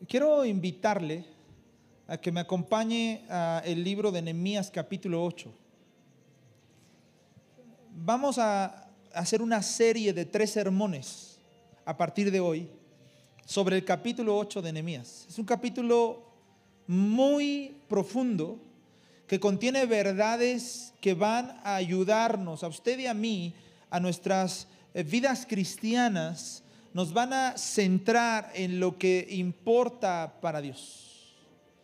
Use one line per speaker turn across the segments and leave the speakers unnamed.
Quiero invitarle a que me acompañe a el libro de Nehemías capítulo 8. Vamos a hacer una serie de 3 sermones a partir de hoy sobre el capítulo 8 de Nehemías. Es un capítulo muy profundo que contiene verdades que van a ayudarnos a usted y a mí, a nuestras vidas cristianas. Nos van a centrar en lo que importa para Dios.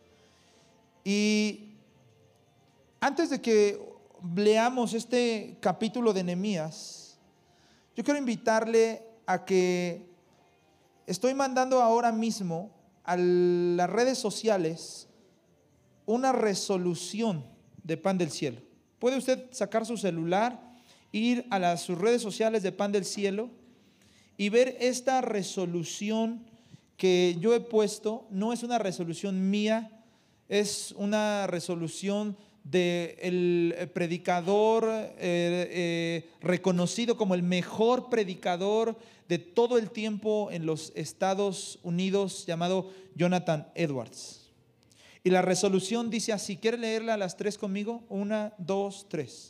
Y antes de que leamos este capítulo de Nehemías, yo quiero invitarle a que estoy mandando ahora mismo a las redes sociales una resolución de Pan del Cielo. Puede usted sacar su celular, ir a sus redes sociales de Pan del Cielo y ver esta resolución que yo he puesto. No es una resolución mía, es una resolución del predicador reconocido como el mejor predicador de todo el tiempo en los Estados Unidos, llamado Jonathan Edwards. Y la resolución dice así. ¿Quiere leerla a las 3 conmigo? 1, 2, 3.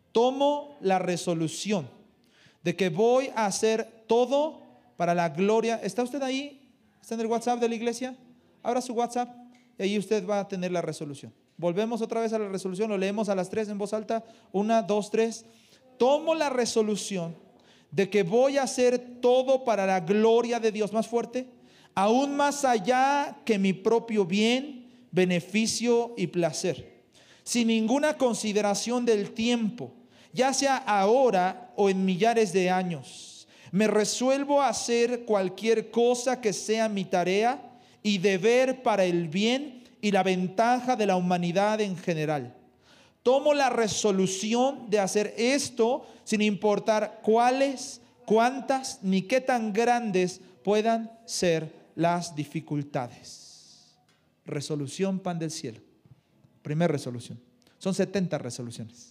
Tomo la resolución de que voy a hacer todo para la gloria. ¿Está usted ahí? ¿Está en el WhatsApp de la iglesia? Abra su WhatsApp y ahí usted va a tener la resolución. Volvemos otra vez a la resolución, lo leemos a las 3 en voz alta. 1, 2, 3. Tomo la resolución de que voy a hacer todo para la gloria de Dios. Más fuerte. Aún más allá que mi propio bien, beneficio y placer, sin ninguna consideración del tiempo, ya sea ahora o en millares de años. Me resuelvo a hacer cualquier cosa que sea mi tarea y deber para el bien y la ventaja de la humanidad en general. Tomo la resolución de hacer esto sin importar cuáles, cuántas ni qué tan grandes puedan ser las dificultades. Resolución Pan del Cielo. Primera resolución. Son 70 resoluciones.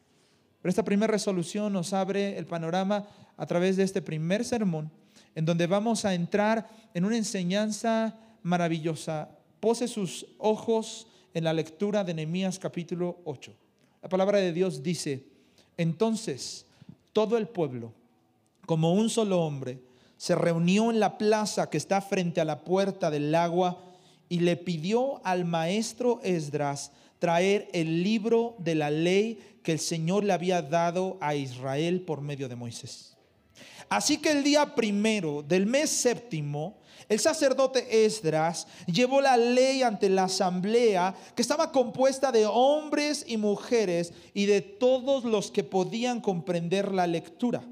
Pero esta primera resolución nos abre el panorama a través de este primer sermón, en donde vamos a entrar en una enseñanza maravillosa. Pose sus ojos en la lectura de Nehemías capítulo 8. La palabra de Dios dice: entonces todo el pueblo, como un solo hombre, se reunió en la plaza que está frente a la puerta del agua y le pidió al maestro Esdras traer el libro de la ley que el Señor le había dado a Israel por medio de Moisés. Así que el día primero del mes séptimo, el sacerdote Esdras llevó la ley ante la asamblea, que estaba compuesta de hombres y mujeres y de todos los que podían comprender la lectura,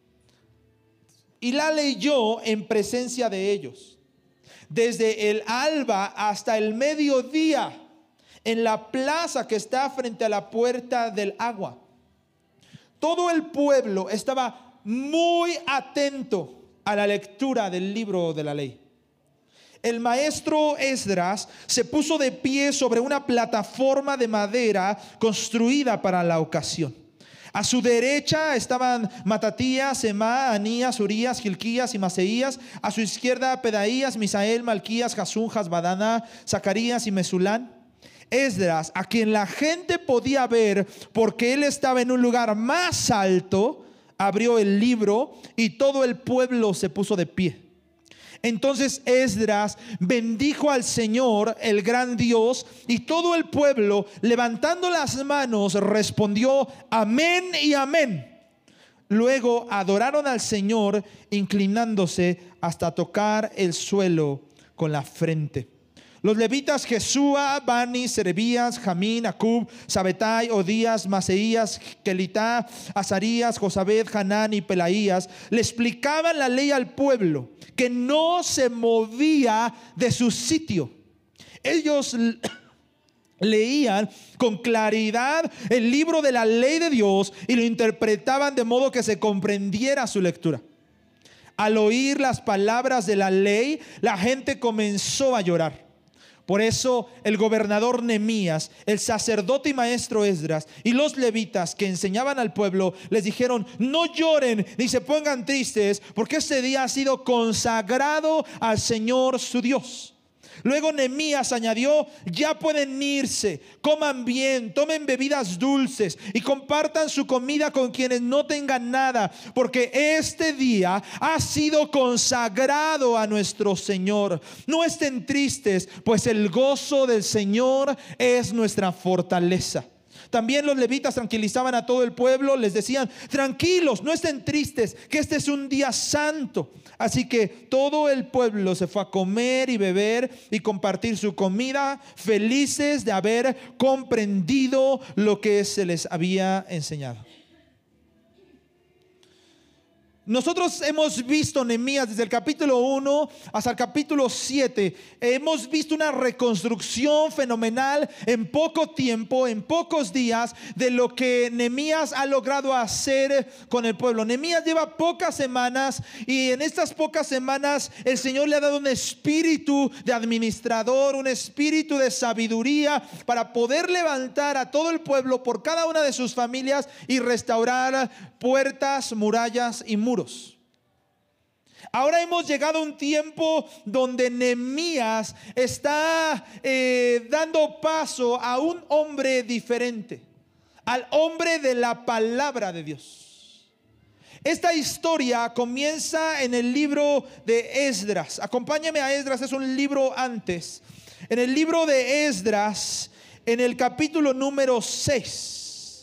y la leyó en presencia de ellos, desde el alba hasta el mediodía, en la plaza que está frente a la puerta del agua. Todo el pueblo estaba muy atento a la lectura del libro de la ley. El maestro Esdras se puso de pie sobre una plataforma de madera construida para la ocasión. A su derecha estaban Matatías, Semá, Anías, Urías, Gilquías y Maseías. A su izquierda Pedaías, Misael, Malquías, Jasún, Hasbadana, Zacarías y Mesulán. Esdras, a quien la gente podía ver porque él estaba en un lugar más alto, abrió el libro y todo el pueblo se puso de pie. Entonces Esdras bendijo al Señor, el gran Dios, y todo el pueblo, levantando las manos, respondió amén y amén. Luego adoraron al Señor, inclinándose hasta tocar el suelo con la frente. Los levitas Jesúa, Bani, Serebías, Jamín, Acub, Sabetai, Odías, Maseías, Kelitá, Azarías, Josabed, Hanán y Pelaías le explicaban la ley al pueblo, que no se movía de su sitio. Ellos leían con claridad el libro de la ley de Dios y lo interpretaban de modo que se comprendiera su lectura. Al oír las palabras de la ley, la gente comenzó a llorar. Por eso el gobernador Nehemías, el sacerdote y maestro Esdras y los levitas que enseñaban al pueblo les dijeron: no lloren ni se pongan tristes, porque este día ha sido consagrado al Señor su Dios. Luego Nehemías añadió: ya pueden irse, coman bien, tomen bebidas dulces y compartan su comida con quienes no tengan nada, porque este día ha sido consagrado a nuestro Señor. No estén tristes, pues el gozo del Señor es nuestra fortaleza. También los levitas tranquilizaban a todo el pueblo, les decían: tranquilos, no estén tristes, que este es un día santo. Así que todo el pueblo se fue a comer y beber y compartir su comida, felices de haber comprendido lo que se les había enseñado. Nosotros hemos visto Nehemías desde el capítulo 1 hasta el capítulo 7. Hemos visto una reconstrucción fenomenal en poco tiempo, en pocos días, de lo que Nehemías ha logrado hacer con el pueblo. Nehemías lleva pocas semanas, y en estas pocas semanas el Señor le ha dado un espíritu de administrador, un espíritu de sabiduría para poder levantar a todo el pueblo por cada una de sus familias y restaurar puertas, murallas y muros. Ahora hemos llegado a un tiempo donde Nehemías está dando paso a un hombre diferente, al hombre de la palabra de Dios. Esta historia comienza en el libro de Esdras. Acompáñame a Esdras, es un libro antes. En el libro de Esdras, en el capítulo número 6.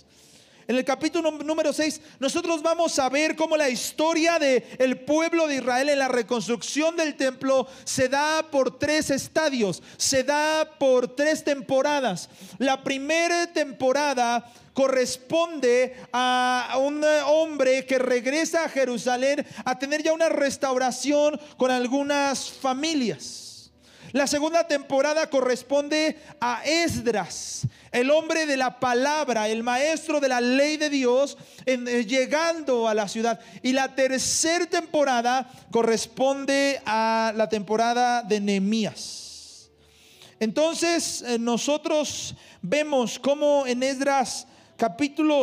En el capítulo número 6 nosotros vamos a ver cómo la historia del pueblo de Israel en la reconstrucción del templo se da por 3 estadios, se da por 3 temporadas. La primera temporada corresponde a un hombre que regresa a Jerusalén a tener ya una restauración con algunas familias. La segunda temporada corresponde a Esdras, el hombre de la palabra, el maestro de la ley de Dios, llegando a la ciudad. Y la tercera temporada corresponde a la temporada de Nehemías. Entonces nosotros vemos cómo en Esdras capítulo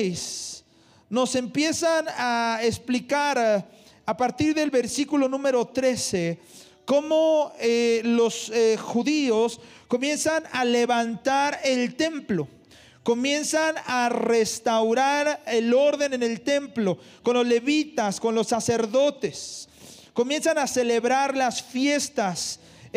6 nos empiezan a explicar a partir del versículo número 13 cómo los judíos comienzan a levantar el templo, comienzan a restaurar el orden en el templo con los levitas, con los sacerdotes, comienzan a celebrar las fiestas.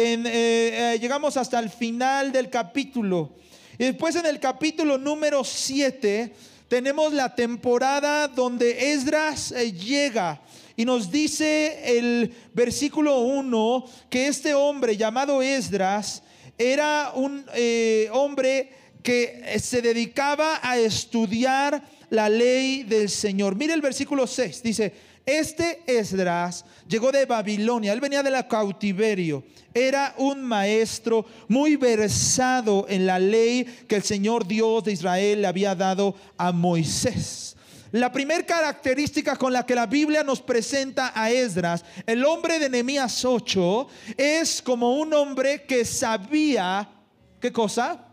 Llegamos hasta el final del capítulo, y después en el capítulo número 7 tenemos la temporada donde Esdras llega. Y nos dice el versículo 1 que este hombre llamado Esdras era un hombre que se dedicaba a estudiar la ley del Señor. Mire el versículo 6, dice: este Esdras llegó de Babilonia, él venía del cautiverio, era un maestro muy versado en la ley que el Señor Dios de Israel le había dado a Moisés. La primera característica con la que la Biblia nos presenta a Esdras, el hombre de Nehemías 8, es como un hombre que sabía, ¿qué cosa?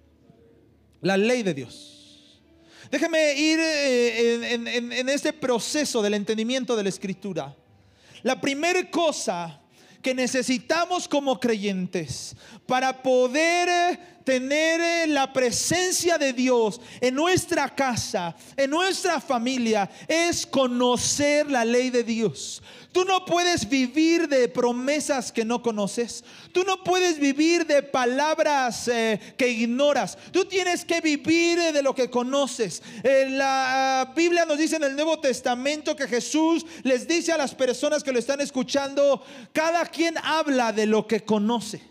La ley de Dios. Déjeme ir en este proceso del entendimiento de la Escritura. La primera cosa que necesitamos como creyentes para poder tener la presencia de Dios en nuestra casa, en nuestra familia, es conocer la ley de Dios. Tú no puedes vivir de promesas que no conoces. Tú no puedes vivir de palabras que ignoras. Tú tienes que vivir de lo que conoces. La Biblia nos dice en el Nuevo Testamento que Jesús les dice a las personas que lo están escuchando: cada quien habla de lo que conoce.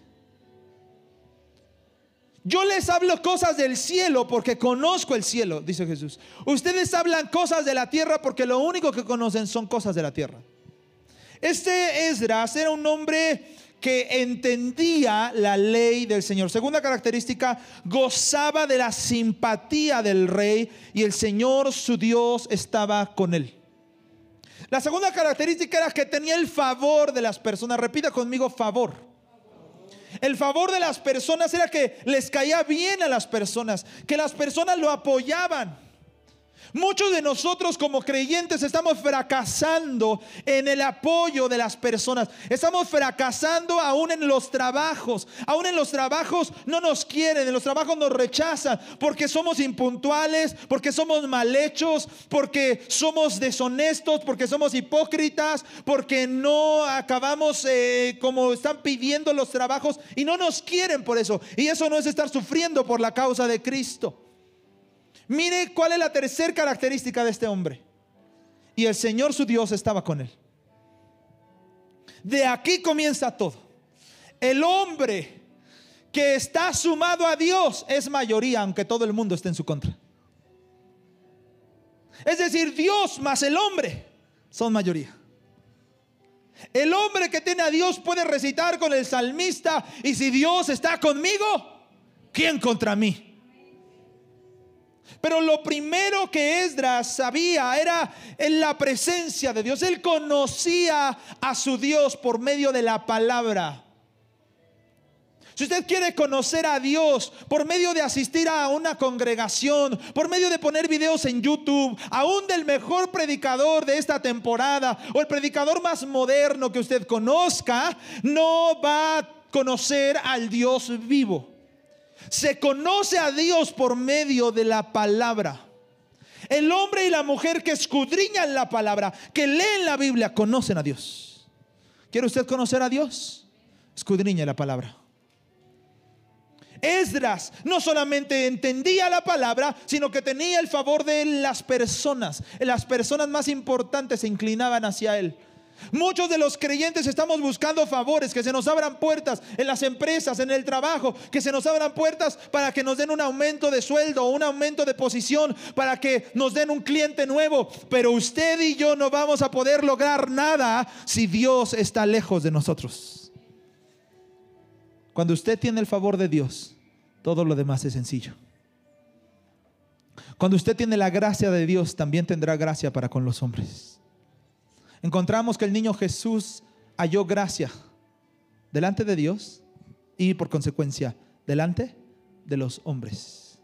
Yo les hablo cosas del cielo porque conozco el cielo, dice Jesús. Ustedes hablan cosas de la tierra porque lo único que conocen son cosas de la tierra. Este Esdras era un hombre que entendía la ley del Señor. Segunda característica, gozaba de la simpatía del rey y el Señor su Dios estaba con él. La segunda característica era que tenía el favor de las personas. Repita conmigo: favor. El favor de las personas era que les caía bien a las personas, que las personas lo apoyaban. Muchos de nosotros como creyentes estamos fracasando en el apoyo de las personas. Estamos fracasando aún en los trabajos. Aún en los trabajos no nos quieren, en los trabajos nos rechazan porque somos impuntuales, porque somos mal hechos, porque somos deshonestos, porque somos hipócritas, porque no acabamos como están pidiendo los trabajos y no nos quieren por eso. Y eso no es estar sufriendo por la causa de Cristo. Mire cuál es la tercera característica de este hombre. Y el Señor su Dios estaba con él. De aquí comienza todo. El hombre que está sumado a Dios es mayoría, aunque todo el mundo esté en su contra. Es decir, Dios más el hombre son mayoría. El hombre que tiene a Dios puede recitar con el salmista: y si Dios está conmigo, ¿quién contra mí? Pero lo primero que Esdras sabía era en la presencia de Dios. Él conocía a su Dios por medio de la palabra. Si usted quiere conocer a Dios por medio de asistir a una congregación, por medio de poner videos en YouTube, aún del mejor predicador de esta temporada o el predicador más moderno que usted conozca, no va a conocer al Dios vivo. Se conoce a Dios por medio de la palabra. El hombre y la mujer que escudriñan la palabra, que leen la Biblia, conocen a Dios. ¿Quiere usted conocer a Dios? Escudriñe la palabra. Esdras no solamente entendía la palabra, sino que tenía el favor de las personas. Las personas más importantes se inclinaban hacia él. Muchos de los creyentes estamos buscando favores, que se nos abran puertas en las empresas, en el trabajo, que se nos abran puertas para que nos den un aumento de sueldo o un aumento de posición, para que nos den un cliente nuevo. Pero usted y yo no vamos a poder lograr nada si Dios está lejos de nosotros. Cuando usted tiene el favor de Dios, todo lo demás es sencillo. Cuando usted tiene la gracia de Dios, también tendrá gracia para con los hombres. Encontramos que el niño Jesús halló gracia delante de Dios y por consecuencia delante de los hombres.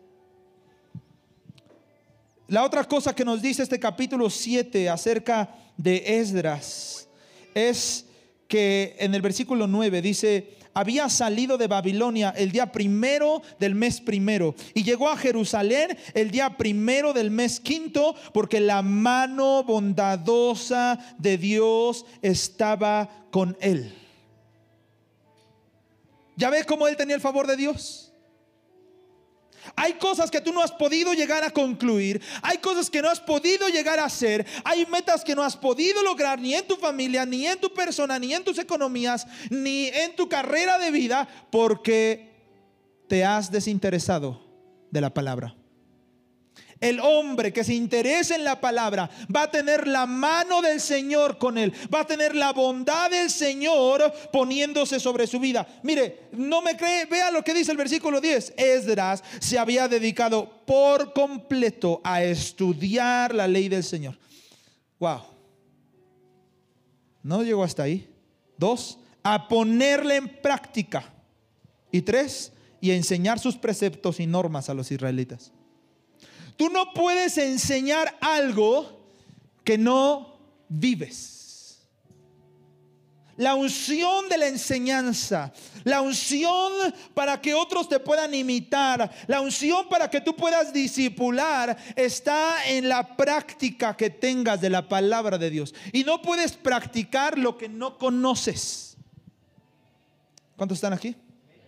La otra cosa que nos dice este capítulo 7 acerca de Esdras es que en el versículo 9 dice: había salido de Babilonia el día primero del mes primero y llegó a Jerusalén el día primero del mes quinto, porque la mano bondadosa de Dios estaba con él. ¿Ya ve cómo él tenía el favor de Dios? Hay cosas que tú no has podido llegar a concluir. Hay cosas que no has podido llegar a hacer. Hay metas que no has podido lograr ni en tu familia, ni en tu persona, ni en tus economías, ni en tu carrera de vida, porque te has desinteresado de la palabra. El hombre que se interesa en la palabra va a tener la mano del Señor con él, va a tener la bondad del Señor poniéndose sobre su vida. Mire, no me cree, vea lo que dice el versículo 10. Esdras se había dedicado por completo a estudiar la ley del Señor. Wow. No llegó hasta ahí. 2, a ponerla en práctica. Y 3, y a enseñar sus preceptos y normas a los israelitas. Tú no puedes enseñar algo que no vives. La unción de la enseñanza, la unción para que otros te puedan imitar, la unción para que tú puedas discipular, está en la práctica que tengas de la palabra de Dios. Y no puedes practicar lo que no conoces. ¿Cuántos están aquí?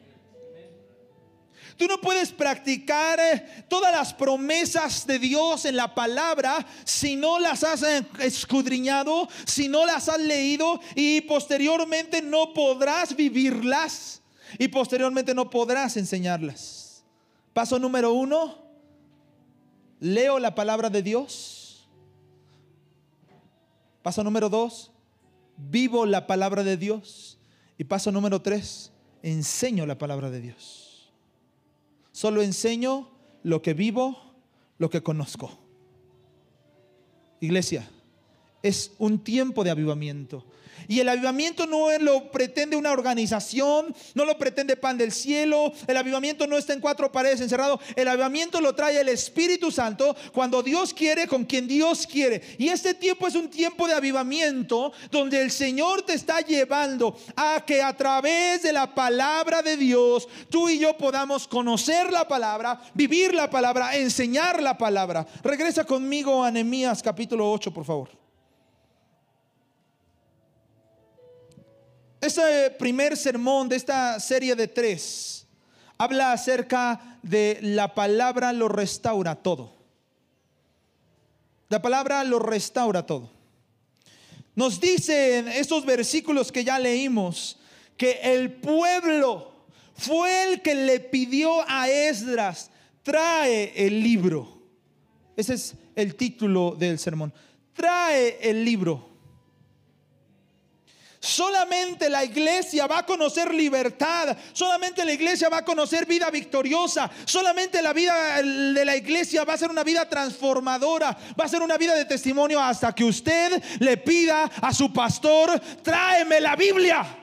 Tú no puedes practicar todas las promesas de Dios en la palabra si no las has escudriñado, si no las has leído, y posteriormente no podrás vivirlas y posteriormente no podrás enseñarlas. Paso número 1, leo la palabra de Dios. Paso número 2, vivo la palabra de Dios. Y paso número 3, enseño la palabra de Dios. Solo enseño lo que vivo, lo que conozco. Iglesia, es un tiempo de avivamiento. Y el avivamiento no lo pretende una organización, no lo pretende pan del cielo. El avivamiento no está en cuatro paredes encerrado. El avivamiento lo trae el Espíritu Santo cuando Dios quiere, con quien Dios quiere. Y este tiempo es un tiempo de avivamiento donde el Señor te está llevando a que a través de la palabra de Dios tú y yo podamos conocer la palabra, vivir la palabra, enseñar la palabra. Regresa conmigo a Nehemías capítulo 8, por favor. Este primer sermón de esta serie de 3 habla acerca de la palabra lo restaura todo. La palabra lo restaura todo. Nos dice en estos versículos que ya leímos que el pueblo fue el que le pidió a Esdras: trae el libro. Ese es el título del sermón. Trae el libro. Solamente la iglesia va a conocer libertad. Solamente la iglesia va a conocer vida victoriosa. Solamente la vida de la iglesia va a ser una vida transformadora. Va a ser una vida de testimonio hasta que usted le pida a su pastor: tráeme la Biblia.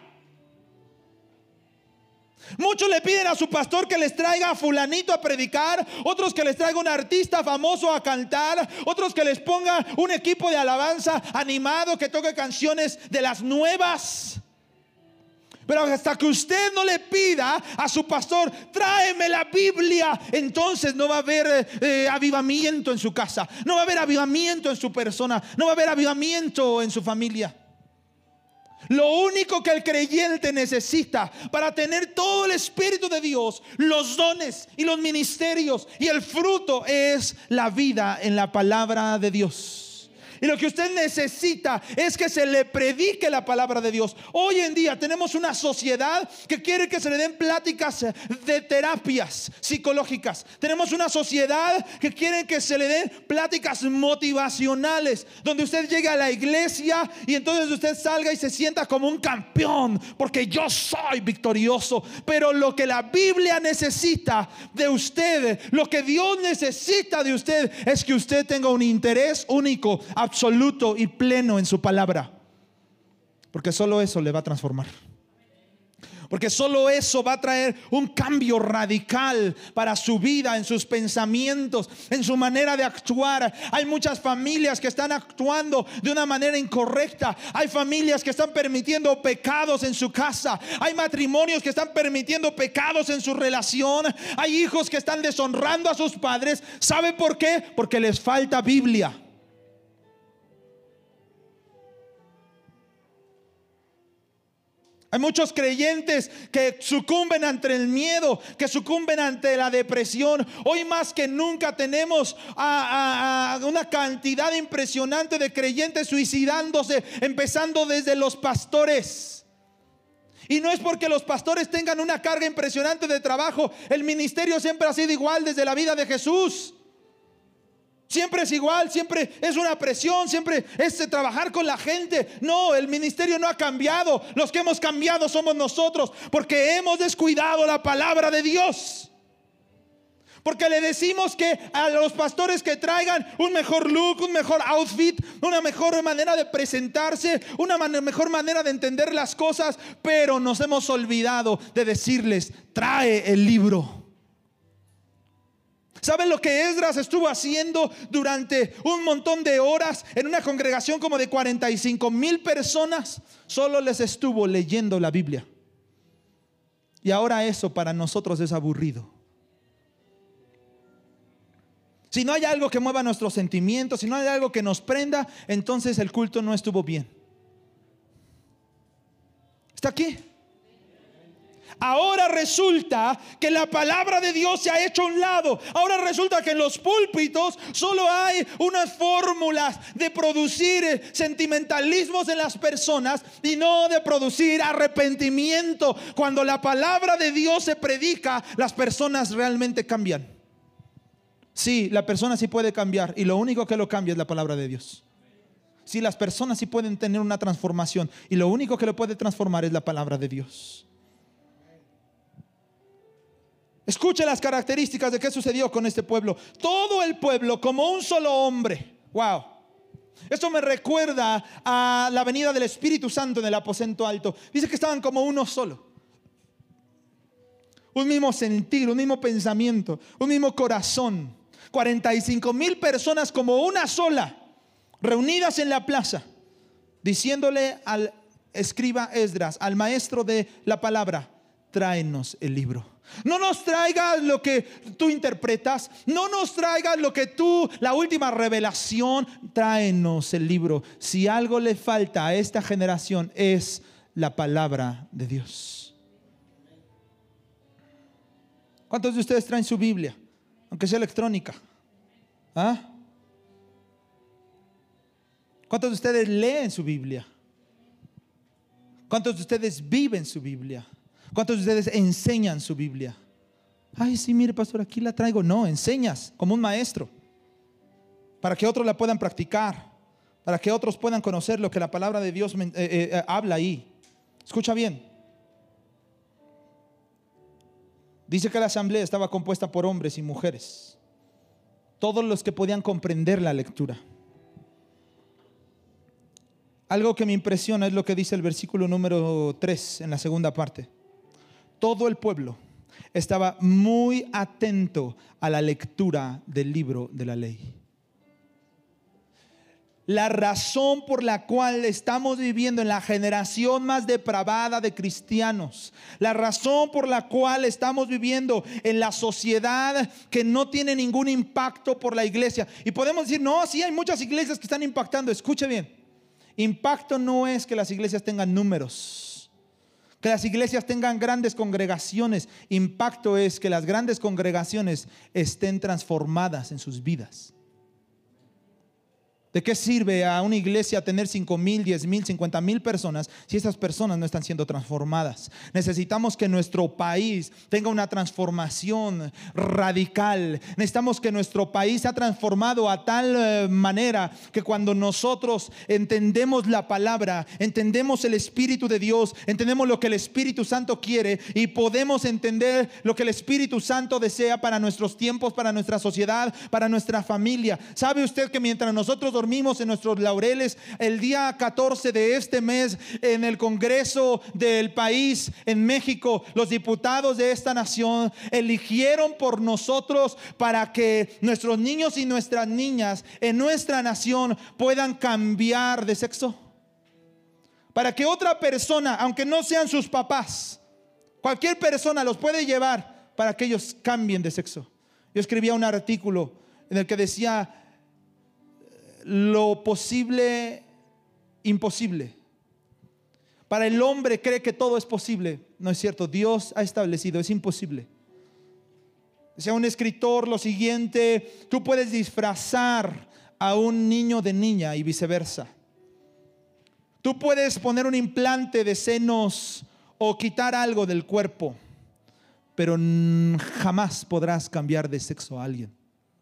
Muchos le piden a su pastor que les traiga a fulanito a predicar, otros que les traiga un artista famoso a cantar, otros que les ponga un equipo de alabanza animado que toque canciones de las nuevas. Pero hasta que usted no le pida a su pastor: tráeme la Biblia, entonces no va a haber avivamiento en su casa, no va a haber avivamiento en su persona, no va a haber avivamiento en su familia. Lo único que el creyente necesita para tener todo el Espíritu de Dios, los dones y los ministerios y el fruto, es la vida en la palabra de Dios. Y lo que usted necesita es que se le predique la palabra de Dios. Hoy en día tenemos una sociedad que quiere que se le den pláticas de terapias psicológicas. Tenemos una sociedad que quiere que se le den pláticas motivacionales, donde usted llegue a la iglesia y entonces usted salga y se sienta como un campeón, porque yo soy victorioso. Pero lo que la Biblia necesita de usted, lo que Dios necesita de usted, es que usted tenga un interés único, absoluto y pleno en su palabra. Porque solo eso le va a transformar. Porque solo eso va a traer un cambio radical para su vida, en sus pensamientos, en su manera de actuar. Hay muchas familias que están actuando de una manera incorrecta. Hay familias que están permitiendo pecados en su casa. Hay matrimonios que están permitiendo pecados en su relación. Hay hijos que están deshonrando a sus padres. ¿Sabe por qué? Porque les falta Biblia. Hay muchos creyentes que sucumben ante el miedo, que sucumben ante la depresión. Hoy más que nunca tenemos una cantidad impresionante de creyentes suicidándose, empezando desde los pastores. Y no es porque los pastores tengan una carga impresionante de trabajo. El ministerio siempre ha sido igual desde la vida de Jesús. Siempre es igual, siempre es una presión, siempre es trabajar con la gente. No, el ministerio no ha cambiado. Los que hemos cambiado somos nosotros, porque hemos descuidado la palabra de Dios. Porque le decimos que a los pastores que traigan un mejor look, un mejor outfit, una mejor manera de presentarse, una mejor manera de entender las cosas, pero nos hemos olvidado de decirles: trae el libro. ¿Saben lo que Esdras estuvo haciendo durante un montón de horas en una congregación como de 45,000 personas? Solo les estuvo leyendo la Biblia. Y ahora eso para nosotros es aburrido. Si no hay algo que mueva nuestros sentimientos, si no hay algo que nos prenda, entonces el culto no estuvo bien. ¿Está aquí? Ahora resulta que la palabra de Dios se ha hecho a un lado. Ahora resulta que en los púlpitos solo hay unas fórmulas de producir sentimentalismos en las personas y no de producir arrepentimiento. Cuando la palabra de Dios se predica, las personas realmente cambian. Sí, la persona sí puede cambiar, y lo único que lo cambia es la palabra de Dios. Sí, las personas sí pueden tener una transformación, y lo único que lo puede transformar es la palabra de Dios. Escuche las características de qué sucedió con este pueblo. Todo el pueblo como un solo hombre. Wow. Esto me recuerda a la venida del Espíritu Santo en el aposento alto. Dice que estaban como uno solo. Un mismo sentir, un mismo pensamiento, un mismo corazón. 45,000 personas como una sola, reunidas en la plaza, diciéndole al escriba Esdras, al maestro de la palabra: tráenos el libro. No nos traigas lo que tú interpretas, no nos traigas lo que tú, la última revelación, tráenos el libro. Si algo le falta a esta generación es la palabra de Dios. ¿Cuántos de ustedes traen su Biblia? Aunque sea electrónica. ¿Ah? ¿Cuántos de ustedes leen su Biblia? ¿Cuántos de ustedes viven su Biblia? ¿Cuántos de ustedes enseñan su Biblia? Ay, sí, mire, pastor, aquí la traigo. No, enseñas como un maestro, para que otros la puedan practicar, para que otros puedan conocer lo que la palabra de Dios habla ahí. Escucha bien. Dice que la asamblea estaba compuesta por hombres y mujeres, todos los que podían comprender la lectura. Algo que me impresiona es lo que dice el versículo número 3 en la segunda parte. Todo el pueblo estaba muy atento a la lectura del libro de la ley. La razón por la cual estamos viviendo en la generación más depravada de cristianos, la razón por la cual estamos viviendo en la sociedad que no tiene ningún impacto por la iglesia. Y podemos decir, no, sí hay muchas iglesias que están impactando. Escuche bien, impacto no es que las iglesias tengan números, que las iglesias tengan grandes congregaciones. Impacto es que las grandes congregaciones estén transformadas en sus vidas. ¿De qué sirve a una iglesia tener 5,000, 10,000, 50,000 personas si esas personas no están siendo transformadas? Necesitamos que nuestro país tenga una transformación radical. Necesitamos que nuestro país sea transformado a tal manera que cuando nosotros entendemos la palabra, entendemos el Espíritu de Dios, entendemos lo que el Espíritu Santo quiere y podemos entender lo que el Espíritu Santo desea para nuestros tiempos, para nuestra sociedad, para nuestra familia. ¿Sabe usted que mientras nosotros dormimos en nuestros laureles, el día 14 de este mes en el Congreso del país en México, los diputados de esta nación eligieron por nosotros para que nuestros niños y nuestras niñas en nuestra nación puedan cambiar de sexo? Para que otra persona, aunque no sean sus papás, cualquier persona los puede llevar para que ellos cambien de sexo. Yo escribía un artículo en el que decía: lo posible, imposible. Para el hombre cree que todo es posible. No es cierto, Dios ha establecido, es imposible. Decía un escritor lo siguiente: tú puedes disfrazar a un niño de niña y viceversa. Tú puedes poner un implante de senos o quitar algo del cuerpo, pero jamás podrás cambiar de sexo a alguien.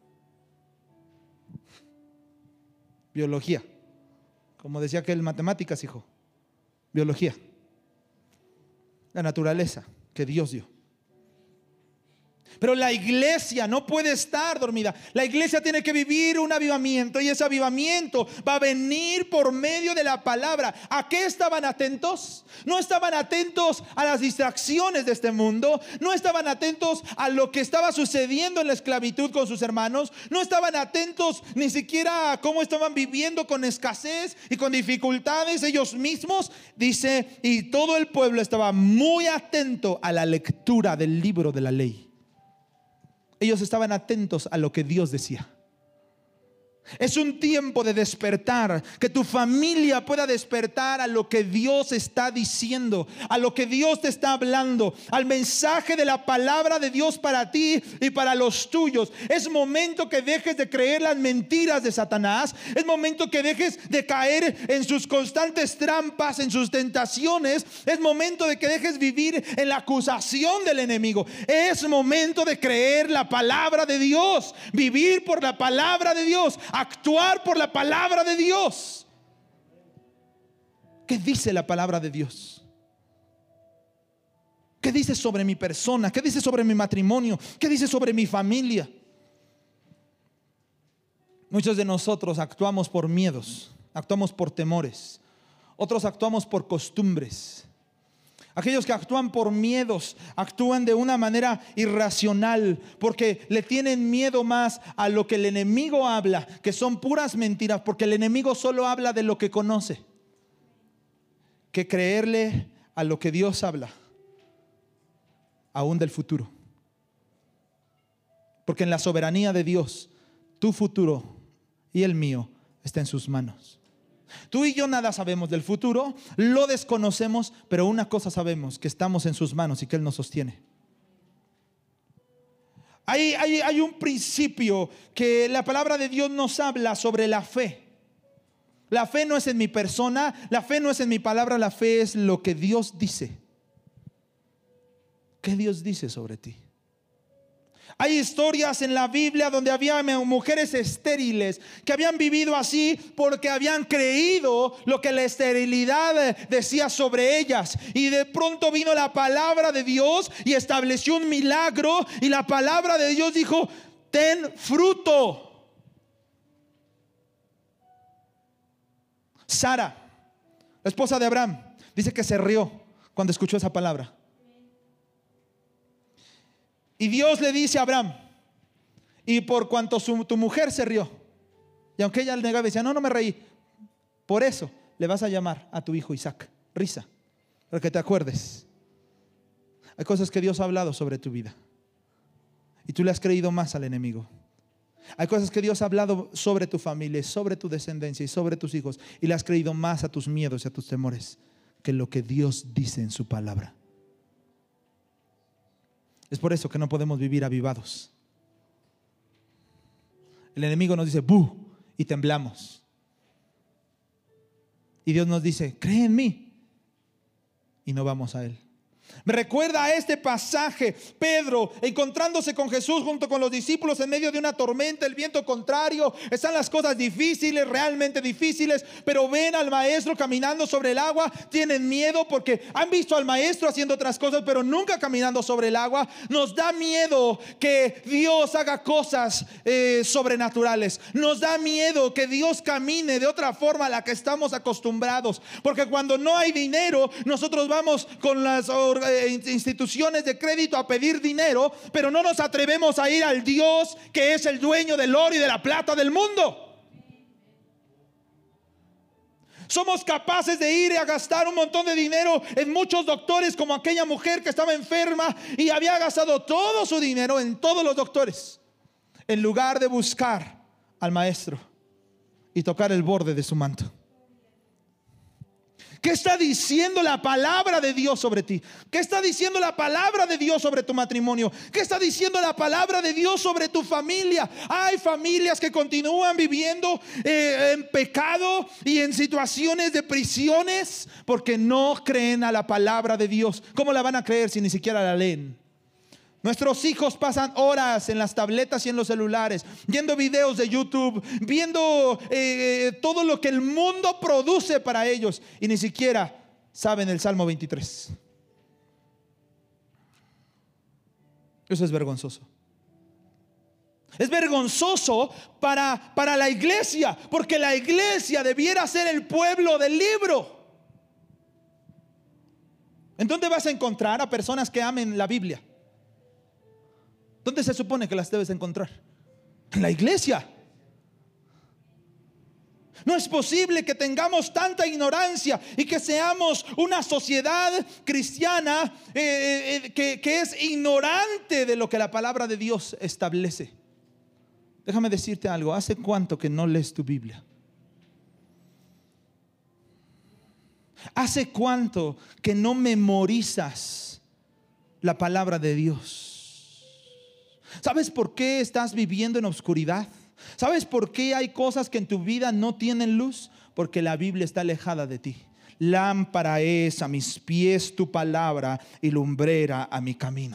Biología. Como decía aquel, matemáticas, hijo. Biología. La naturaleza que Dios dio. Pero la iglesia no puede estar dormida. La iglesia tiene que vivir un avivamiento, y ese avivamiento va a venir por medio de la palabra. ¿A qué estaban atentos? No estaban atentos a las distracciones de este mundo. No estaban atentos a lo que estaba sucediendo en la esclavitud con sus hermanos. No estaban atentos ni siquiera a cómo estaban viviendo con escasez y con dificultades ellos mismos. Dice, y todo el pueblo estaba muy atento a la lectura del libro de la ley. Ellos estaban atentos a lo que Dios decía. Es un tiempo de despertar, que tu familia pueda despertar a lo que Dios está diciendo, a lo que Dios te está hablando, al mensaje de la palabra de Dios para ti y para los tuyos. Es momento que dejes de creer las mentiras de Satanás. Es momento que dejes de caer en sus constantes trampas, en sus tentaciones. Es momento de que dejes vivir en la acusación del enemigo. Es momento de creer la palabra de Dios, vivir por la palabra de Dios, actuar por la palabra de Dios. ¿Qué dice la palabra de Dios? ¿Qué dice sobre mi persona? ¿Qué dice sobre mi matrimonio? ¿Qué dice sobre mi familia? Muchos de nosotros actuamos por miedos, actuamos por temores, otros actuamos por costumbres. Aquellos que actúan por miedos, actúan de una manera irracional, porque le tienen miedo más a lo que el enemigo habla, que son puras mentiras, porque el enemigo solo habla de lo que conoce, que creerle a lo que Dios habla, aún del futuro. Porque en la soberanía de Dios, tu futuro y el mío está en sus manos. Tú y yo nada sabemos del futuro, lo desconocemos, pero una cosa sabemos, que estamos en sus manos y que Él nos sostiene. Hay un principio que la palabra de Dios nos habla sobre la fe. La fe no es en mi persona, la fe no es en mi palabra, la fe es lo que Dios dice. ¿Qué Dios dice sobre ti? Hay historias en la Biblia donde había mujeres estériles que habían vivido así porque habían creído lo que la esterilidad decía sobre ellas. Y de pronto vino la palabra de Dios y estableció un milagro. Y la palabra de Dios dijo: ten fruto. Sara, la esposa de Abraham, dice que se rió cuando escuchó esa palabra. Y Dios le dice a Abraham: y por cuanto tu mujer se rió, y aunque ella le negaba y decía: no me reí, por eso le vas a llamar a tu hijo Isaac risa, para que te acuerdes. Hay cosas que Dios ha hablado sobre tu vida y tú le has creído más al enemigo. Hay cosas que Dios ha hablado sobre tu familia, sobre tu descendencia y sobre tus hijos, y le has creído más a tus miedos y a tus temores que lo que Dios dice en su palabra. Es por eso que no podemos vivir avivados. El enemigo nos dice ¡bu! Y temblamos. Y Dios nos dice: cree en mí. Y no vamos a Él. Me recuerda a este pasaje, Pedro encontrándose con Jesús junto con los discípulos en medio de una tormenta, el viento contrario, están las cosas difíciles, realmente difíciles, pero ven al maestro caminando sobre el agua, tienen miedo porque han visto al maestro haciendo otras cosas, pero nunca caminando sobre el agua. Nos da miedo que Dios haga cosas sobrenaturales, nos da miedo que Dios camine de otra forma a la que estamos acostumbrados, porque cuando no hay dinero, nosotros vamos con las instituciones de crédito a pedir dinero, pero no nos atrevemos a ir al Dios que es el dueño del oro y de la plata del mundo. Somos capaces de ir a gastar un montón de dinero en muchos doctores, como aquella mujer que estaba enferma y había gastado todo su dinero en todos los doctores, en lugar de buscar al maestro y tocar el borde de su manto. ¿Qué está diciendo la palabra de Dios sobre ti? ¿Qué está diciendo la palabra de Dios sobre tu matrimonio? ¿Qué está diciendo la palabra de Dios sobre tu familia? Hay familias que continúan viviendo en pecado y en situaciones de prisiones porque no creen a la palabra de Dios. ¿Cómo la van a creer si ni siquiera la leen? Nuestros hijos pasan horas en las tabletas y en los celulares, viendo videos de YouTube, viendo todo lo que el mundo produce para ellos, y ni siquiera saben el Salmo 23. Eso es vergonzoso. Es vergonzoso para la iglesia, porque la iglesia debiera ser el pueblo del libro. ¿En dónde vas a encontrar a personas que amen la Biblia? ¿Dónde se supone que las debes encontrar? En la iglesia. No es posible que tengamos tanta ignorancia y que seamos una sociedad cristiana que es ignorante de lo que la palabra de Dios establece. Déjame decirte algo. ¿Hace cuánto que no lees tu Biblia? ¿Hace cuánto que no memorizas la palabra de Dios? ¿Sabes por qué estás viviendo en oscuridad? ¿Sabes por qué hay cosas que en tu vida no tienen luz? Porque la Biblia está alejada de ti. Lámpara es a mis pies tu palabra y lumbrera a mi camino.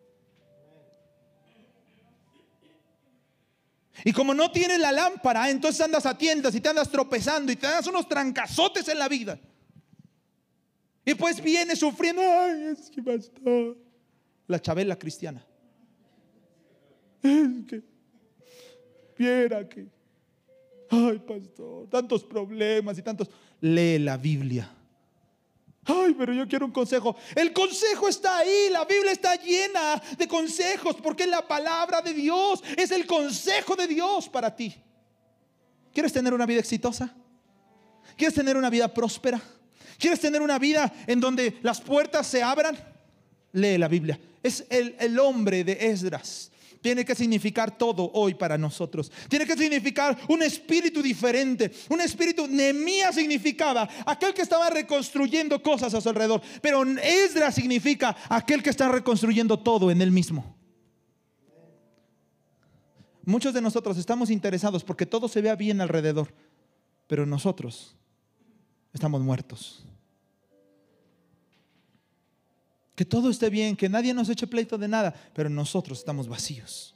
Y como no tienes la lámpara, entonces andas a tiendas y te andas tropezando y te das unos trancazotes en la vida. Y pues vienes sufriendo. Ay, es que pastor. La Chabela cristiana. Es que viera que Ay, pastor, tantos problemas y tantos. Lee la Biblia. Ay, pero yo quiero un consejo. El consejo está ahí. La Biblia está llena de consejos, porque la palabra de Dios es el consejo de Dios para ti. ¿Quieres tener una vida exitosa? ¿Quieres tener una vida próspera? ¿Quieres tener una vida en donde las puertas se abran? Lee la Biblia. Es el hombre de Esdras. Tiene que significar todo hoy para nosotros. Tiene que significar un espíritu diferente. Un espíritu. Nehemías significaba aquel que estaba reconstruyendo cosas a su alrededor. Pero Esdras significa aquel que está reconstruyendo todo en él mismo. Muchos de nosotros estamos interesados porque todo se vea bien alrededor, pero nosotros estamos muertos. Que todo esté bien, que nadie nos eche pleito de nada, pero nosotros estamos vacíos.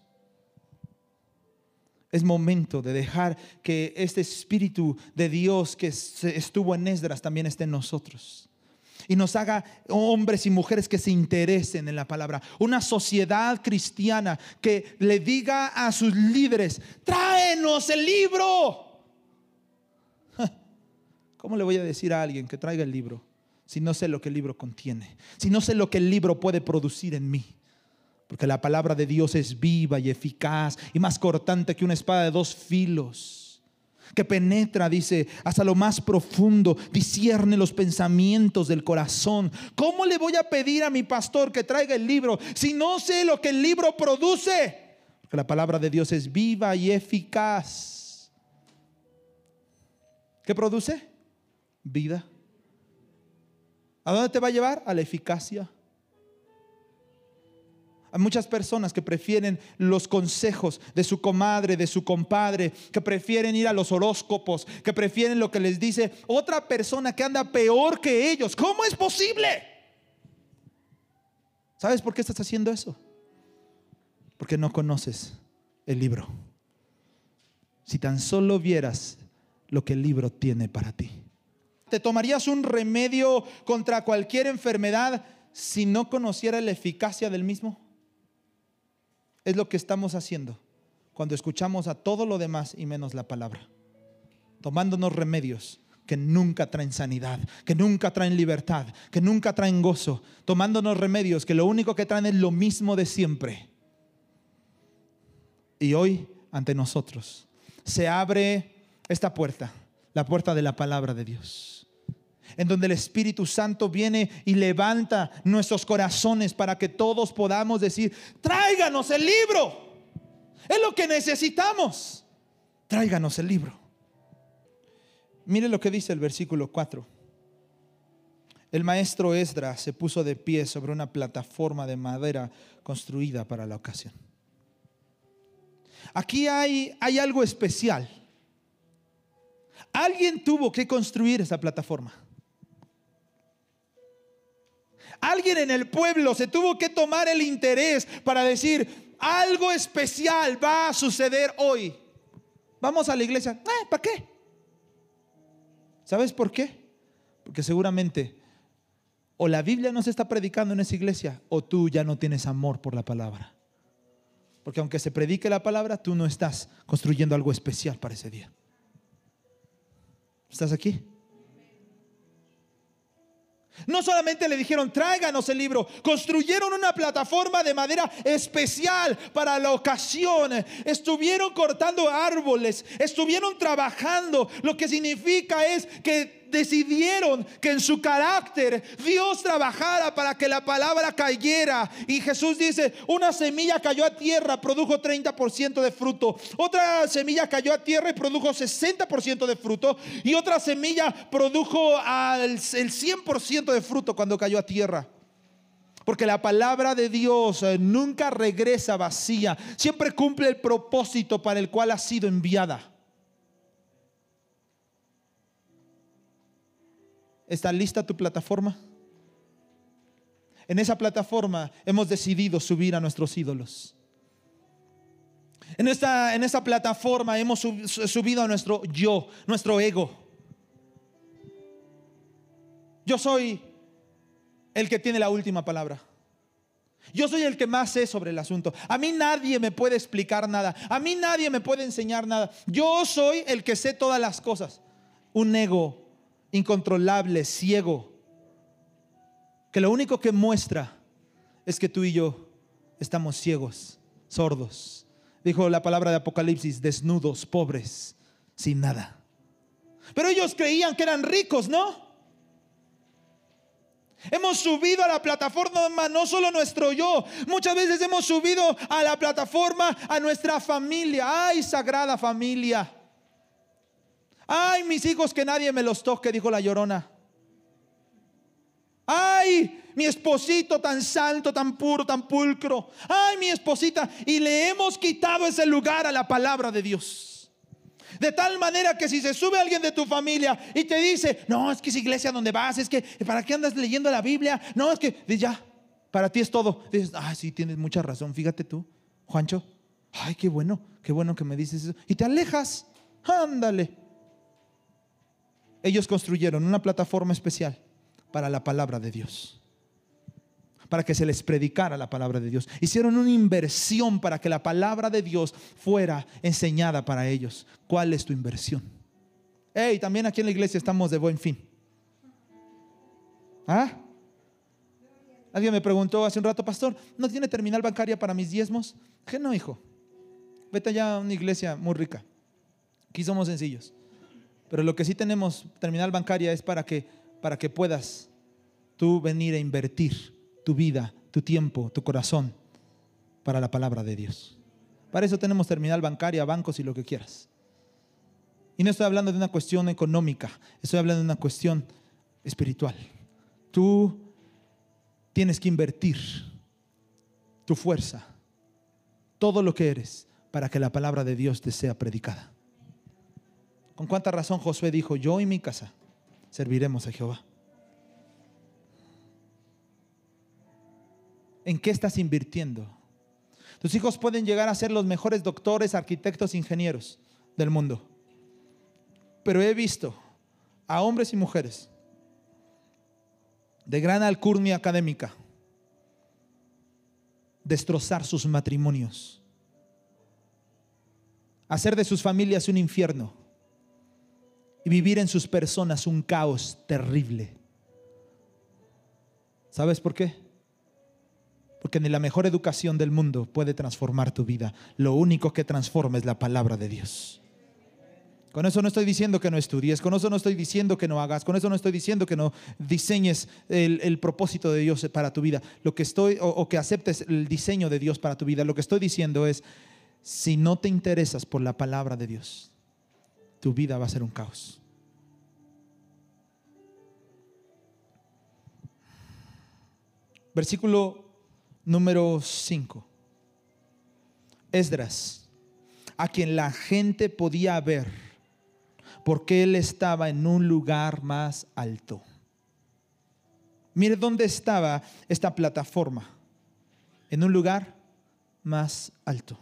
Es momento de dejar que este espíritu de Dios que estuvo en Esdras también esté en nosotros. Y nos haga hombres y mujeres que se interesen en la palabra. Una sociedad cristiana que le diga a sus líderes: tráenos el libro. ¿Cómo le voy a decir a alguien que traiga el libro si no sé lo que el libro contiene? Si no sé lo que el libro puede producir en mí. Porque la palabra de Dios es viva y eficaz y más cortante que una espada de dos filos, que penetra, dice, hasta lo más profundo, discierne los pensamientos del corazón. ¿Cómo le voy a pedir a mi pastor que traiga el libro si no sé lo que el libro produce? Porque la palabra de Dios es viva y eficaz. ¿Qué produce? Vida. ¿A dónde te va a llevar? A la eficacia. Hay muchas personas que prefieren los consejos de su comadre, de su compadre, que prefieren ir a los horóscopos, que prefieren lo que les dice otra persona que anda peor que ellos. ¿Cómo es posible? ¿Sabes por qué estás haciendo eso? Porque no conoces el libro. Si tan solo vieras lo que el libro tiene para ti. ¿Te tomarías un remedio contra cualquier enfermedad si no conociera la eficacia del mismo? Es lo que estamos haciendo cuando escuchamos a todo lo demás y menos la palabra. Tomándonos remedios que nunca traen sanidad, que nunca traen libertad, que nunca traen gozo. Tomándonos remedios que lo único que traen es lo mismo de siempre. Y hoy ante nosotros se abre esta puerta, la puerta de la palabra de Dios, en donde el Espíritu Santo viene y levanta nuestros corazones para que todos podamos decir: tráiganos el libro, es lo que necesitamos, tráiganos el libro. Mire lo que dice el versículo 4. El maestro Esdras se puso de pie sobre una plataforma de madera construida para la ocasión. Aquí hay algo especial. Alguien tuvo que construir esa plataforma. Alguien en el pueblo se tuvo que tomar el interés para decir: algo especial va a suceder hoy. Vamos a la iglesia. ¿Para qué? ¿Sabes por qué? Porque seguramente o la Biblia no se está predicando en esa iglesia, o tú ya no tienes amor por la palabra. Porque aunque se predique la palabra, tú no estás construyendo algo especial para ese día. ¿Estás aquí? No solamente le dijeron: tráiganos el libro, construyeron una plataforma de madera especial para la ocasión. Estuvieron cortando árboles, estuvieron trabajando. Lo que significa es que decidieron que en su carácter Dios trabajara para que la palabra cayera. Y Jesús dice: una semilla cayó a tierra, produjo 30% de fruto. Otra semilla cayó a tierra y produjo 60% de fruto. Y otra semilla produjo el 100% de fruto cuando cayó a tierra. Porque la palabra de Dios nunca regresa vacía, siempre cumple el propósito para el cual ha sido enviada. ¿Está lista tu plataforma? En esa plataforma hemos decidido subir a nuestros ídolos. En esa plataforma hemos subido a nuestro yo, nuestro ego. Yo soy el que tiene la última palabra. Yo soy el que más sé sobre el asunto. A mí nadie me puede explicar nada. A mí nadie me puede enseñar nada. Yo soy el que sé todas las cosas. Un ego incontrolable, ciego, que lo único que muestra es que tú y yo estamos ciegos, sordos. Dijo la palabra de Apocalipsis: desnudos, pobres, sin nada. Pero ellos creían que eran ricos, ¿no? Hemos subido a la plataforma no solo nuestro yo, muchas veces hemos subido a la plataforma a nuestra familia. Ay, sagrada familia. Ay, mis hijos, que nadie me los toque, dijo la Llorona. Ay, mi esposito tan santo, tan puro, tan pulcro. Ay, mi esposita. Y le hemos quitado ese lugar a la palabra de Dios. De tal manera que si se sube alguien de tu familia y te dice: no, es que es iglesia donde vas, es que ¿para qué andas leyendo la Biblia? No, es que ya, para ti es todo. Dices: ah, sí, tienes mucha razón, fíjate tú, Juancho. Ay, qué bueno que me dices eso. Y te alejas, ándale. Ellos construyeron una plataforma especial para la palabra de Dios, para que se les predicara la palabra de Dios. Hicieron una inversión para que la palabra de Dios fuera enseñada para ellos. ¿Cuál es tu inversión? Hey, también aquí en la iglesia estamos de buen fin. ¿Ah? Alguien me preguntó hace un rato: pastor, ¿no tiene terminal bancaria para mis diezmos? Dije: no, hijo, vete allá a una iglesia muy rica. Aquí somos sencillos. Pero lo que sí tenemos terminal bancaria es para que puedas tú venir a invertir tu vida, tu tiempo, tu corazón para la palabra de Dios. Para eso tenemos terminal bancaria, bancos y lo que quieras. Y no estoy hablando de una cuestión económica, estoy hablando de una cuestión espiritual. Tú tienes que invertir tu fuerza, todo lo que eres, para que la palabra de Dios te sea predicada. ¿Con cuánta razón Josué dijo: yo y mi casa serviremos a Jehová? ¿En qué estás invirtiendo? Tus hijos pueden llegar a ser los mejores doctores, arquitectos, ingenieros del mundo. Pero he visto a hombres y mujeres de gran alcurnia académica destrozar sus matrimonios, hacer de sus familias un infierno y vivir en sus personas un caos terrible. ¿Sabes por qué? Porque ni la mejor educación del mundo puede transformar tu vida. Lo único que transforma es la palabra de Dios. Con eso no estoy diciendo que no estudies, con eso no estoy diciendo que no hagas, con eso no estoy diciendo que no diseñes el propósito de Dios para tu vida. Lo que o que aceptes el diseño de Dios para tu vida. Lo que estoy diciendo es: si no te interesas por la palabra de Dios, tu vida va a ser un caos. Versículo número 5. Esdras, a quien la gente podía ver, porque él estaba en un lugar más alto. Mire dónde estaba esta plataforma: en un lugar más alto.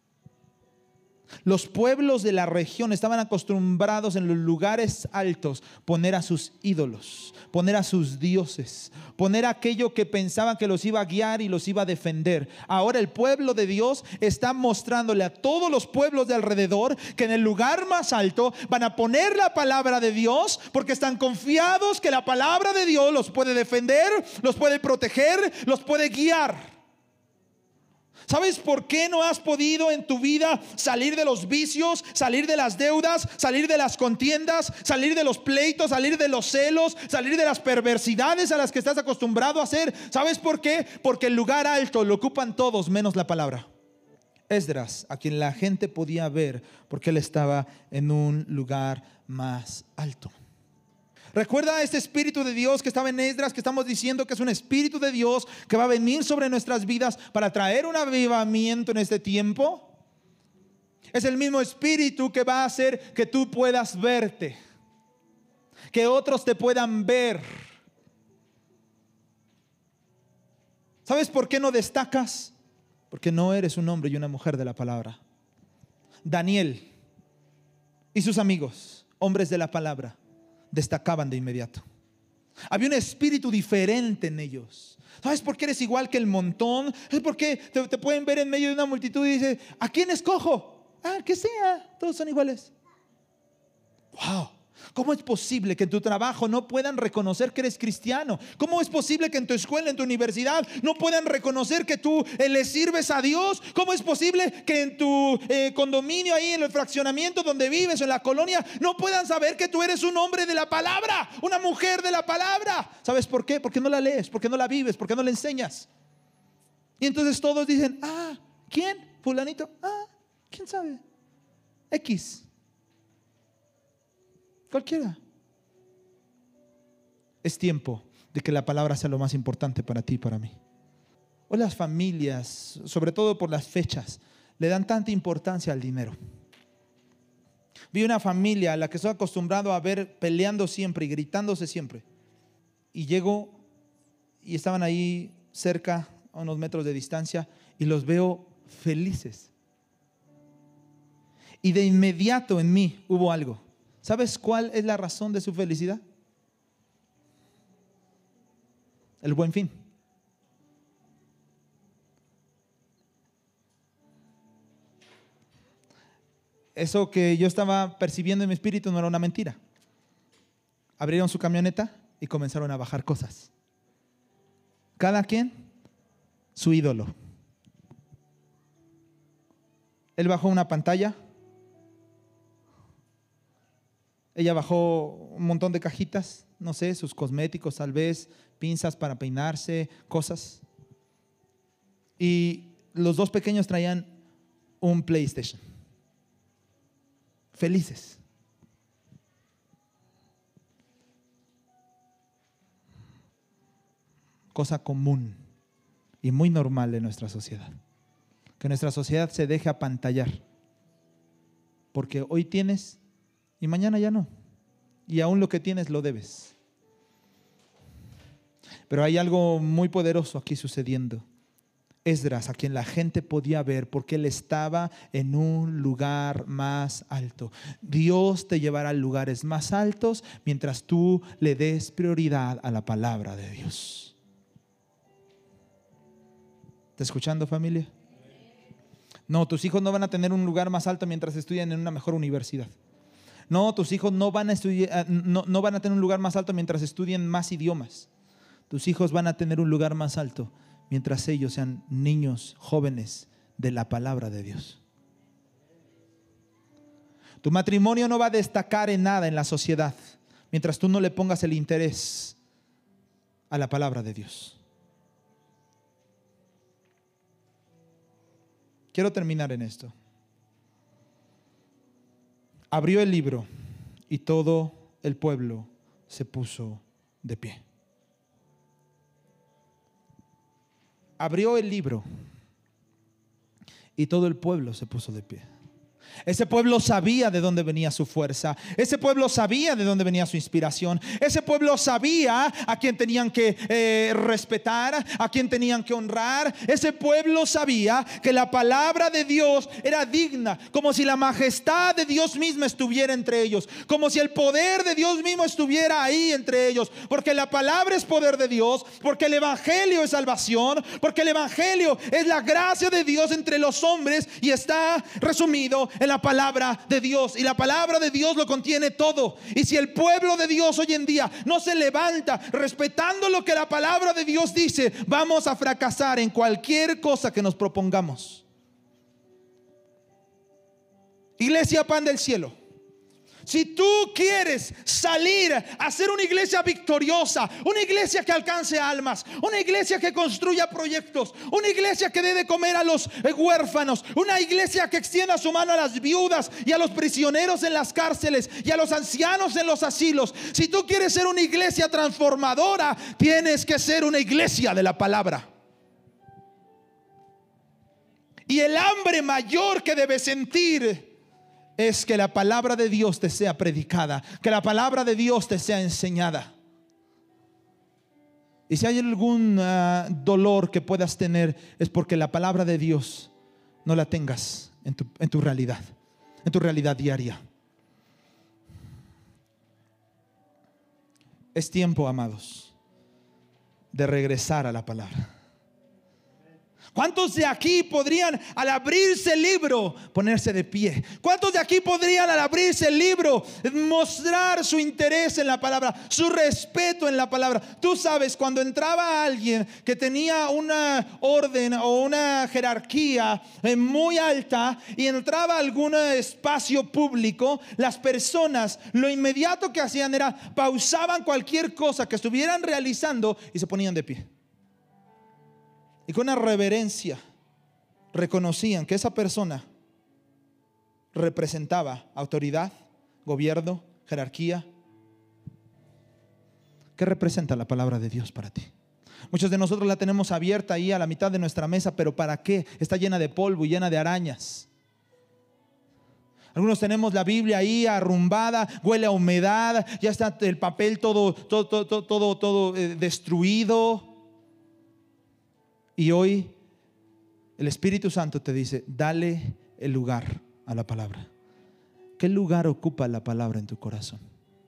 Los pueblos de la región estaban acostumbrados en los lugares altos poner a sus ídolos, poner a sus dioses, poner aquello que pensaban que los iba a guiar y los iba a defender. Ahora el pueblo de Dios está mostrándole a todos los pueblos de alrededor que en el lugar más alto van a poner la palabra de Dios, porque están confiados que la palabra de Dios los puede defender, los puede proteger, los puede guiar. ¿Sabes por qué no has podido en tu vida salir de los vicios, salir de las deudas, salir de las contiendas, salir de los pleitos, salir de los celos, salir de las perversidades a las que estás acostumbrado a hacer? ¿Sabes por qué? Porque el lugar alto lo ocupan todos menos la palabra. Esdras, a quien la gente podía ver porque él estaba en un lugar más alto. Recuerda este Espíritu de Dios que estaba en Esdras, que estamos diciendo que es un Espíritu de Dios que va a venir sobre nuestras vidas para traer un avivamiento en este tiempo. Es el mismo Espíritu que va a hacer que tú puedas verte, que otros te puedan ver. ¿Sabes por qué no destacas? Porque no eres un hombre y una mujer de la palabra. Daniel y sus amigos, hombres de la palabra, destacaban de inmediato. Había un espíritu diferente en ellos. ¿Sabes por qué eres igual que el montón? ¿Sabes por qué te pueden ver en medio de una multitud y dices, ¿a quién escojo? Que sea, todos son iguales. Wow. ¿Cómo es posible que en tu trabajo no puedan reconocer que eres cristiano? ¿Cómo es posible que en tu escuela, en tu universidad, no puedan reconocer que tú le sirves a Dios? ¿Cómo es posible que en tu condominio, ahí en el fraccionamiento donde vives, en la colonia, no puedan saber que tú eres un hombre de la palabra, una mujer de la palabra? ¿Sabes por qué? Porque no la lees, porque no la vives, porque no la enseñas. Y entonces todos dicen, ¿quién? Fulanito. ¿Quién sabe? X. Cualquiera. Es tiempo de que la palabra sea lo más importante para ti y para mí. Hoy las familias, sobre todo por las fechas, le dan tanta importancia al dinero. Vi una familia a la que estoy acostumbrado a ver peleando siempre y gritándose siempre. Y llego y estaban ahí cerca, a unos metros de distancia, y los veo felices. Y de inmediato en mí hubo algo. ¿Sabes cuál es la razón de su felicidad? El Buen Fin. Eso que yo estaba percibiendo en mi espíritu no era una mentira. Abrieron su camioneta y comenzaron a bajar cosas. Cada quien su ídolo. Él bajó una pantalla. Ella bajó un montón de cajitas, no sé, sus cosméticos tal vez, pinzas para peinarse, cosas. Y los dos pequeños traían un PlayStation. Felices. Cosa común y muy normal en nuestra sociedad. Que nuestra sociedad se deje apantallar. Porque hoy tienes y mañana ya no. Y aún lo que tienes lo debes. Pero hay algo muy poderoso aquí sucediendo. Esdras, a quien la gente podía ver porque él estaba en un lugar más alto. Dios te llevará a lugares más altos mientras tú le des prioridad a la palabra de Dios. ¿Está escuchando, familia? No, tus hijos no van a tener un lugar más alto mientras estudian en una mejor universidad. No, tus hijos no van a estudiar, no van a tener un lugar más alto mientras estudien más idiomas. Tus hijos van a tener un lugar más alto mientras ellos sean niños, jóvenes de la palabra de Dios. Tu matrimonio no va a destacar en nada en la sociedad mientras tú no le pongas el interés a la palabra de Dios. Quiero terminar en esto. Abrió el libro y todo el pueblo se puso de pie. Abrió el libro y todo el pueblo se puso de pie. Ese pueblo sabía de dónde venía su fuerza. Ese pueblo sabía de dónde venía su inspiración. Ese pueblo sabía a quién tenían que respetar, a quién tenían que honrar. Ese pueblo sabía que la palabra de Dios era digna, como si la majestad de Dios misma estuviera entre ellos, como si el poder de Dios mismo estuviera ahí entre ellos, porque la palabra es poder de Dios, porque el evangelio es salvación, porque el evangelio es la gracia de Dios entre los hombres y está resumido en la palabra de Dios, y la palabra de Dios lo contiene todo. Y si el pueblo de Dios hoy en día no se levanta respetando lo que la palabra de Dios dice, vamos a fracasar en cualquier cosa que nos propongamos. Iglesia Pan del Cielo, si tú quieres salir a ser una iglesia victoriosa, una iglesia que alcance almas, una iglesia que construya proyectos, una iglesia que dé de comer a los huérfanos, una iglesia que extienda su mano a las viudas y a los prisioneros en las cárceles y a los ancianos en los asilos, si tú quieres ser una iglesia transformadora, tienes que ser una iglesia de la palabra. Y el hambre mayor que debes sentir es que la palabra de Dios te sea predicada, que la palabra de Dios te sea enseñada. Y si hay algún dolor que puedas tener, es porque la palabra de Dios no la tengas en tu realidad diaria. Es tiempo, amados, de regresar a la palabra. ¿Cuántos de aquí podrían, al abrirse el libro, ponerse de pie? ¿Cuántos de aquí podrían, al abrirse el libro, mostrar su interés en la palabra, su respeto en la palabra? Tú sabes, cuando entraba alguien que tenía una orden o una jerarquía muy alta y entraba a algún espacio público, las personas lo inmediato que hacían era pausaban cualquier cosa que estuvieran realizando y se ponían de pie. Y con una reverencia reconocían que esa persona representaba autoridad, gobierno, jerarquía. ¿Qué representa la palabra de Dios para ti? Muchos de nosotros la tenemos abierta ahí a la mitad de nuestra mesa, pero ¿para qué? Está llena de polvo y llena de arañas. Algunos tenemos la Biblia ahí arrumbada, huele a humedad, ya está el papel todo destruido. Y hoy el Espíritu Santo te dice: dale el lugar a la palabra. ¿Qué lugar ocupa la palabra en tu corazón?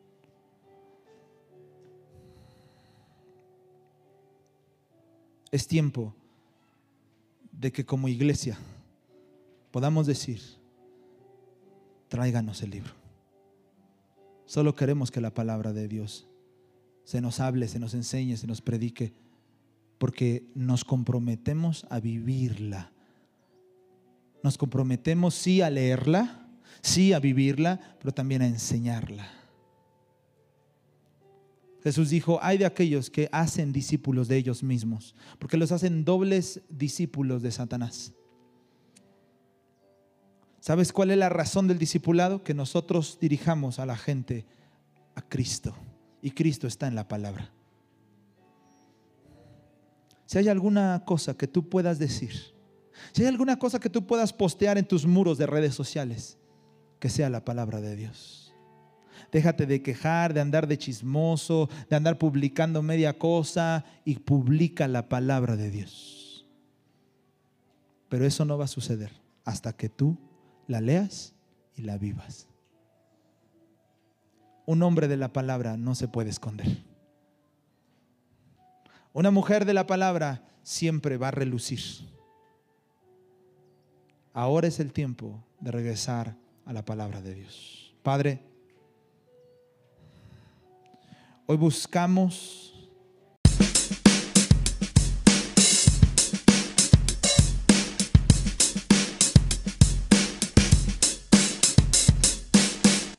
Es tiempo de que como iglesia podamos decir: tráiganos el libro. Solo queremos que la palabra de Dios se nos hable, se nos enseñe, se nos predique, porque nos comprometemos a vivirla. Nos comprometemos sí a leerla, sí a vivirla, pero también a enseñarla. Jesús dijo: hay de aquellos que hacen discípulos de ellos mismos, porque los hacen dobles discípulos de Satanás. ¿Sabes cuál es la razón del discipulado? Que nosotros dirijamos a la gente a Cristo, y Cristo está en la palabra. Si hay alguna cosa que tú puedas decir, si hay alguna cosa que tú puedas postear en tus muros de redes sociales, que sea la palabra de Dios. Déjate de quejar, de andar de chismoso, de andar publicando media cosa, y publica la palabra de Dios. Pero eso no va a suceder hasta que tú la leas y la vivas. Un hombre de la palabra no se puede esconder. Una mujer de la palabra siempre va a relucir. Ahora es el tiempo de regresar a la palabra de Dios. Padre, hoy buscamos